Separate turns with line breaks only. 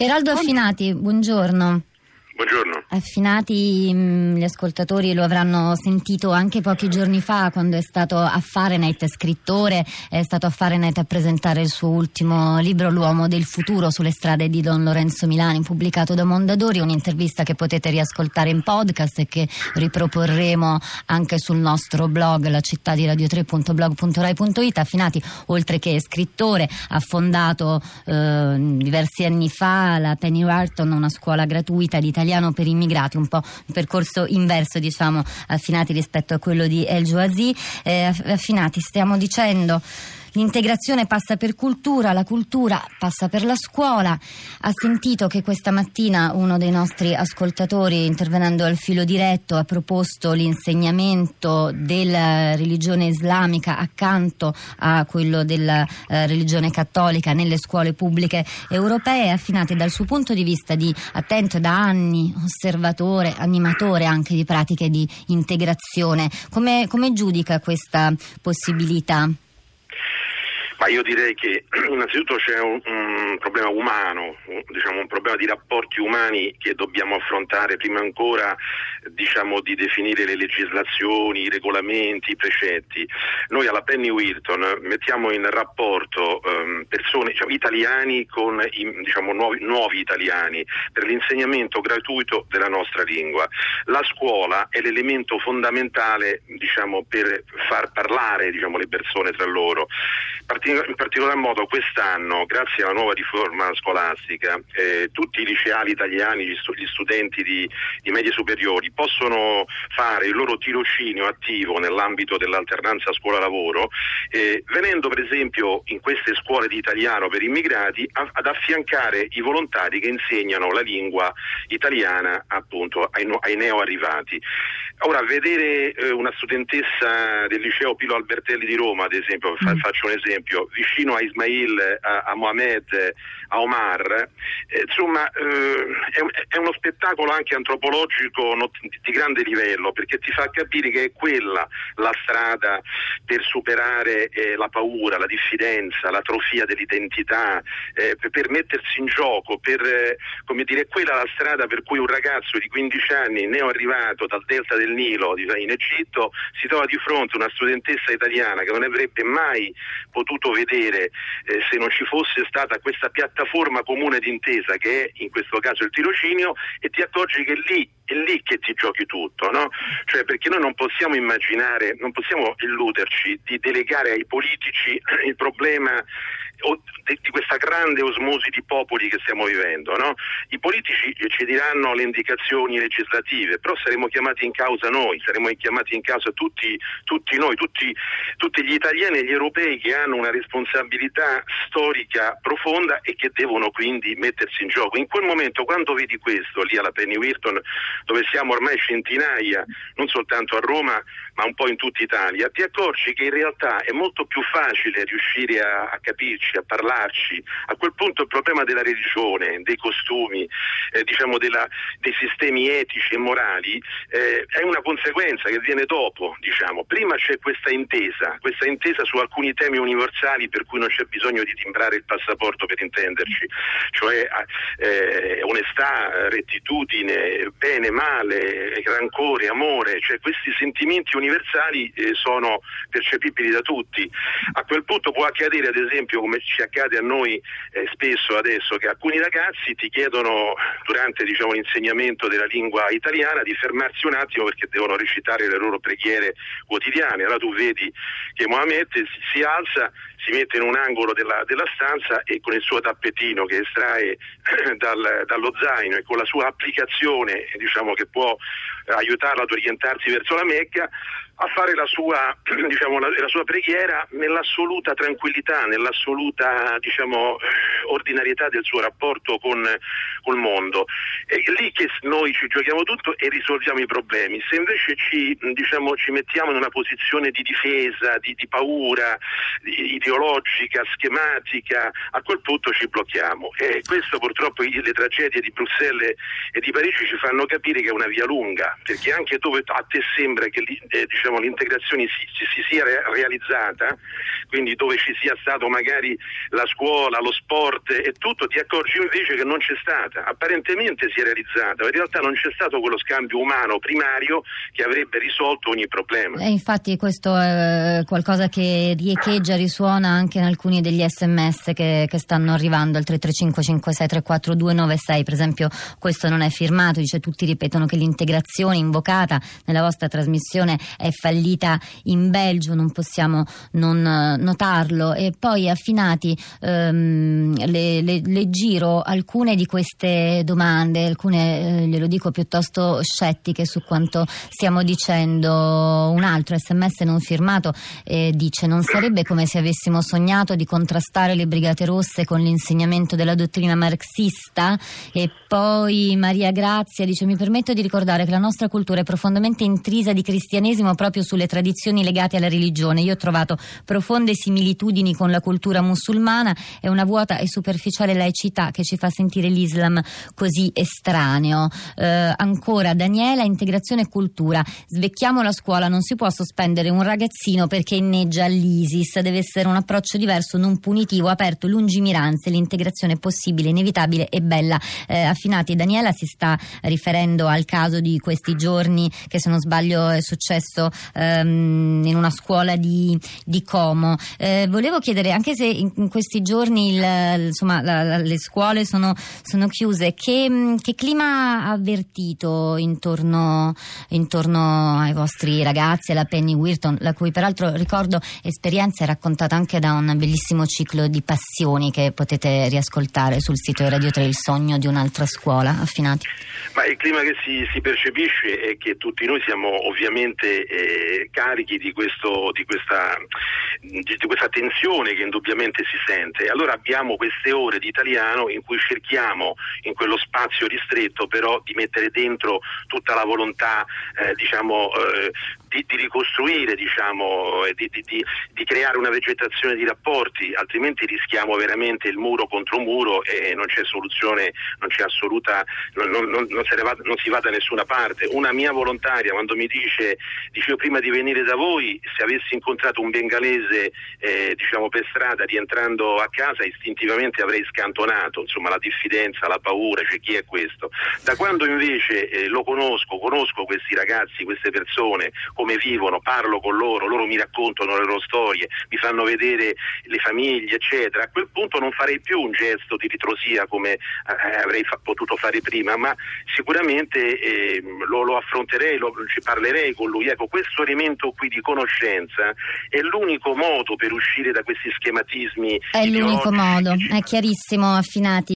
Eraldo Affinati, buongiorno.
Buongiorno.
Affinati, gli ascoltatori lo avranno sentito anche pochi giorni fa quando è stato a Fahrenheit, scrittore, è stato a Fahrenheit a presentare il suo ultimo libro L'uomo del futuro sulle strade di Don Lorenzo Milani, pubblicato da Mondadori, un'intervista che potete riascoltare in podcast e che riproporremo anche sul nostro blog, la città di radio3.blog.rai.it. Affinati, oltre che scrittore, ha fondato diversi anni fa la Penny Wharton, una scuola gratuita di italiano per immigrati, un po' un percorso inverso, diciamo, Affinati rispetto a quello di El Jouazi. Affinati, stiamo dicendo, l'integrazione passa per cultura, la cultura passa per la scuola. Ha sentito che questa mattina uno dei nostri ascoltatori, intervenendo al filo diretto, ha proposto l'insegnamento della religione islamica accanto a quello della religione cattolica nelle scuole pubbliche europee. Affinati, dal suo punto di vista di attento da anni, osservatore, animatore anche di pratiche di integrazione, come giudica questa possibilità?
Ma io direi che innanzitutto c'è un problema umano, diciamo un problema di rapporti umani che dobbiamo affrontare prima ancora, diciamo, di definire le legislazioni, i regolamenti, i precetti. Noi alla Penny Wharton mettiamo in rapporto persone, diciamo, italiani con diciamo nuovi italiani per l'insegnamento gratuito della nostra lingua. La scuola è l'elemento fondamentale, diciamo, per far parlare, diciamo, le persone tra loro. In particolar modo quest'anno, grazie alla nuova riforma scolastica, tutti i liceali italiani, gli studenti di medie superiori possono fare il loro tirocinio attivo nell'ambito dell'alternanza scuola-lavoro, venendo per esempio in queste scuole di italiano per immigrati ad affiancare i volontari che insegnano la lingua italiana appunto ai neoarrivati. Ora, vedere una studentessa del liceo Pilo Albertelli di Roma, ad esempio, faccio un esempio, vicino a Ismail, a Mohamed, a Omar, insomma è uno spettacolo anche antropologico di grande livello, perché ti fa capire che è quella la strada per superare la paura, la diffidenza, l'atrofia dell'identità, per mettersi in gioco, come dire, è quella la strada per cui un ragazzo di 15 anni neoarrivato dal delta del Nilo in Egitto si trova di fronte a una studentessa italiana che non avrebbe mai potuto vedere se non ci fosse stata questa piattaforma comune d'intesa che è in questo caso il tirocinio, e ti accorgi che è lì che ti giochi tutto, no? Cioè, perché noi non possiamo immaginare, non possiamo illuderci di delegare ai politici il problema di questa grande osmosi di popoli che stiamo vivendo, no? I politici ci diranno le indicazioni legislative, però saremo chiamati in causa noi, saremo chiamati in causa tutti noi, tutti gli italiani e gli europei che hanno una responsabilità storica profonda e che devono quindi mettersi in gioco. In quel momento, quando vedi questo lì alla Penny Wharton, dove siamo ormai centinaia, non soltanto a Roma ma un po' in tutta Italia, ti accorgi che in realtà è molto più facile riuscire a capirci, a parlarci. A quel punto il problema della religione, dei costumi, diciamo dei sistemi etici e morali è una conseguenza che viene dopo, diciamo. Prima c'è questa intesa su alcuni temi universali per cui non c'è bisogno di timbrare il passaporto per intenderci, cioè onestà, rettitudine, bene, male, rancore, amore, cioè questi sentimenti universali sono percepibili da tutti. A quel punto può accadere, ad esempio, come ci accade a noi spesso adesso, che alcuni ragazzi ti chiedono durante, diciamo, l'insegnamento della lingua italiana di fermarsi un attimo perché devono recitare le loro preghiere quotidiane. Allora tu vedi che Mohamed si alza, si mette in un angolo della stanza e con il suo tappetino che estrae dallo zaino e con la sua applicazione, diciamo, che può aiutarla ad orientarsi verso la Mecca, a fare la sua, diciamo, la sua preghiera nell'assoluta tranquillità, nell'assoluta, diciamo, ordinarietà del suo rapporto col mondo. È lì che noi ci giochiamo tutto e risolviamo i problemi. Se invece ci mettiamo in una posizione di difesa, di paura ideologica, schematica, a quel punto ci blocchiamo. E questo purtroppo le tragedie di Bruxelles e di Parigi ci fanno capire che è una via lunga, perché anche dove a te sembra che diciamo, l'integrazione si sia realizzata, quindi dove ci sia stato magari la scuola, lo sport e tutto, ti accorgi invece che non c'è stata. Apparentemente si è realizzata, ma in realtà non c'è stato quello scambio umano primario che avrebbe risolto ogni problema.
E infatti questo è qualcosa che riecheggia, risuona anche in alcuni degli SMS che stanno arrivando al 335 56 34 296. Per esempio questo non è firmato, dice: tutti ripetono che l'integrazione invocata nella vostra trasmissione è fallita in Belgio, non possiamo non notarlo. E poi, Affinati, le giro alcune di queste domande, alcune glielo dico piuttosto scettiche su quanto stiamo dicendo. Un altro SMS non firmato dice: non sarebbe come se avessimo sognato di contrastare le Brigate Rosse con l'insegnamento della dottrina marxista? E poi Maria Grazia dice: mi permetto di ricordare che la nostra cultura è profondamente intrisa di cristianesimo proprio sulle tradizioni legate alla religione. Io ho trovato profonde similitudini con la cultura musulmana e una vuota e superficiale laicità che ci fa sentire l'Islam così estraneo. Ancora Daniela: integrazione e cultura, svecchiamo la scuola, non si può sospendere un ragazzino perché inneggia all'ISIS, deve essere un approccio diverso, non punitivo, aperto, lungimiranze, l'integrazione è possibile, inevitabile e bella. Affinati, Daniela si sta riferendo al caso di questi giorni che, se non sbaglio, è successo in una scuola di Como. Volevo chiedere, anche se in questi giorni le scuole sono chiuse, che clima ha avvertito intorno ai vostri ragazzi, alla Penny Wirton, la cui peraltro ricordo esperienza è raccontata anche da un bellissimo ciclo di passioni che potete riascoltare sul sito di Radio 3, Il sogno di un'altra scuola. Affinati.
Ma il clima che si percepisce è che tutti noi siamo ovviamente carichi di questa tensione che indubbiamente si sente. Allora abbiamo queste ore di italiano in cui cerchiamo, in quello spazio ristretto, però di mettere dentro tutta la volontà di ricostruire, di creare una vegetazione di rapporti, altrimenti rischiamo veramente il muro contro muro e non c'è soluzione, non c'è assoluta, non si va da nessuna parte. Una mia volontaria, quando mi dicevo prima di venire da voi, se avessi incontrato un bengalese per strada rientrando a casa, istintivamente avrei scantonato, insomma, la diffidenza, la paura, cioè chi è questo? Da quando invece lo conosco questi ragazzi, queste persone, come vivono, parlo con loro mi raccontano le loro storie, mi fanno vedere le famiglie, eccetera, a quel punto non farei più un gesto di ritrosia come avrei potuto fare prima, ma sicuramente lo affronterei, ci parlerei con lui. Ecco, questo elemento qui di conoscenza è l'unico modo per uscire da questi schematismi.
È l'unico modo, è chiarissimo, Affinati.